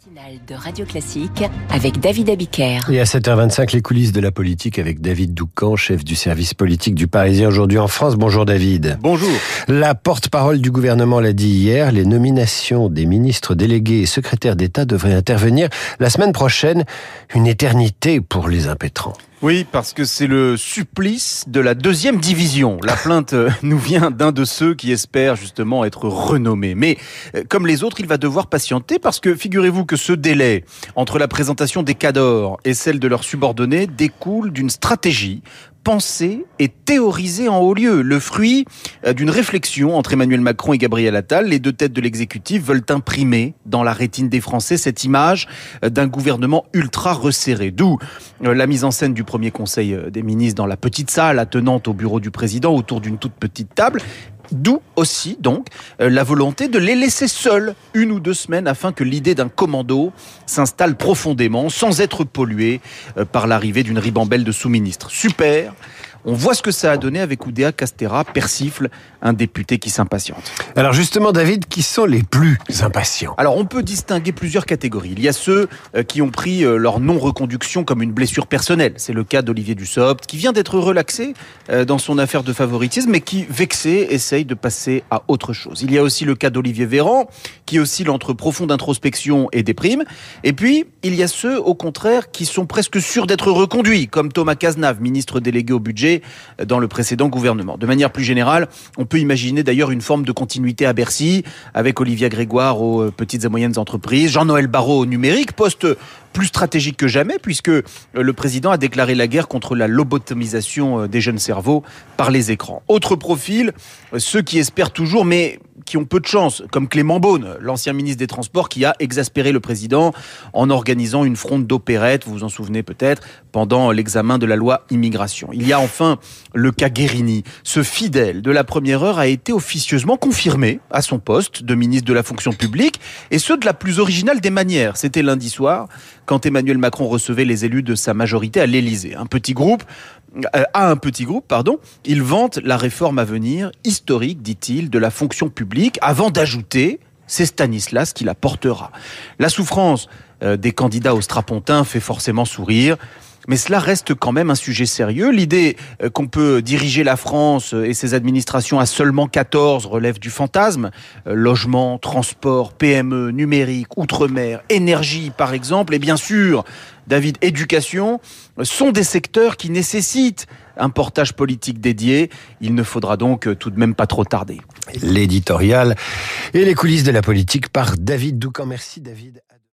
Matinale de Radio Classique avec David Abiker. Et à 7h25, les coulisses de la politique avec David Doucan, chef du service politique du Parisien aujourd'hui en France. Bonjour David. Bonjour. La porte-parole du gouvernement l'a dit hier, les nominations des ministres délégués et secrétaires d'État devraient intervenir la semaine prochaine. Une éternité pour les impétrants. Oui, parce que c'est le supplice de la deuxième division. La plainte nous vient d'un de ceux qui espèrent justement être renommés. Mais comme les autres, il va devoir patienter parce que figurez-vous que ce délai entre la présentation des cadors et celle de leurs subordonnés découle d'une stratégie pensée et théorisée en haut lieu. Le fruit d'une réflexion entre Emmanuel Macron et Gabriel Attal. Les deux têtes de l'exécutif veulent imprimer dans la rétine des Français cette image d'un gouvernement ultra resserré. D'où la mise en scène du premier conseil des ministres dans la petite salle attenante au bureau du président autour d'une toute petite table. D'où aussi, donc, la volonté de les laisser seuls 1 ou 2 semaines afin que l'idée d'un commando s'installe profondément sans être polluée par l'arrivée d'une ribambelle de sous-ministres. Super! On voit ce que ça a donné avec Oudéa Castéra, persifle un député qui s'impatiente. Alors justement, David, qui sont les plus impatients ? Alors on peut distinguer plusieurs catégories. Il y a ceux qui ont pris leur non-reconduction comme une blessure personnelle. C'est le cas d'Olivier Dussopt, qui vient d'être relaxé dans son affaire de favoritisme, mais qui, vexé, essaye de passer à autre chose. Il y a aussi le cas d'Olivier Véran, qui oscille entre profonde introspection et déprime. Et puis, il y a ceux, au contraire, qui sont presque sûrs d'être reconduits, comme Thomas Cazenave, ministre délégué au budget dans le précédent gouvernement. De manière plus générale, on peut imaginer d'ailleurs une forme de continuité à Bercy, avec Olivia Grégoire aux petites et moyennes entreprises, Jean-Noël Barrot au numérique, poste plus stratégique que jamais, puisque le président a déclaré la guerre contre la lobotomisation des jeunes cerveaux par les écrans. Autre profil, ceux qui espèrent toujours, mais qui ont peu de chance, comme Clément Beaune, l'ancien ministre des Transports, qui a exaspéré le président en organisant une fronde d'opérette, vous vous en souvenez peut-être, pendant l'examen de la loi immigration. Il y a enfin le cas Guérini. Ce fidèle de la première heure a été officieusement confirmé à son poste de ministre de la fonction publique, et ce de la plus originale des manières. C'était lundi soir, quand Emmanuel Macron recevait les élus de sa majorité à l'Élysée. Un petit groupe, il vante la réforme à venir, historique, dit-il, de la fonction publique, avant d'ajouter, c'est Stanislas qui la portera. La souffrance des candidats au strapontin fait forcément sourire. Mais cela reste quand même un sujet sérieux. L'idée qu'on peut diriger la France et ses administrations à seulement 14 relève du fantasme. Logement, transport, PME, numérique, outre-mer, énergie par exemple. Et bien sûr, David, éducation, sont des secteurs qui nécessitent un portage politique dédié. Il ne faudra donc tout de même pas trop tarder. L'éditorial et les coulisses de la politique par David Doucan. Merci David.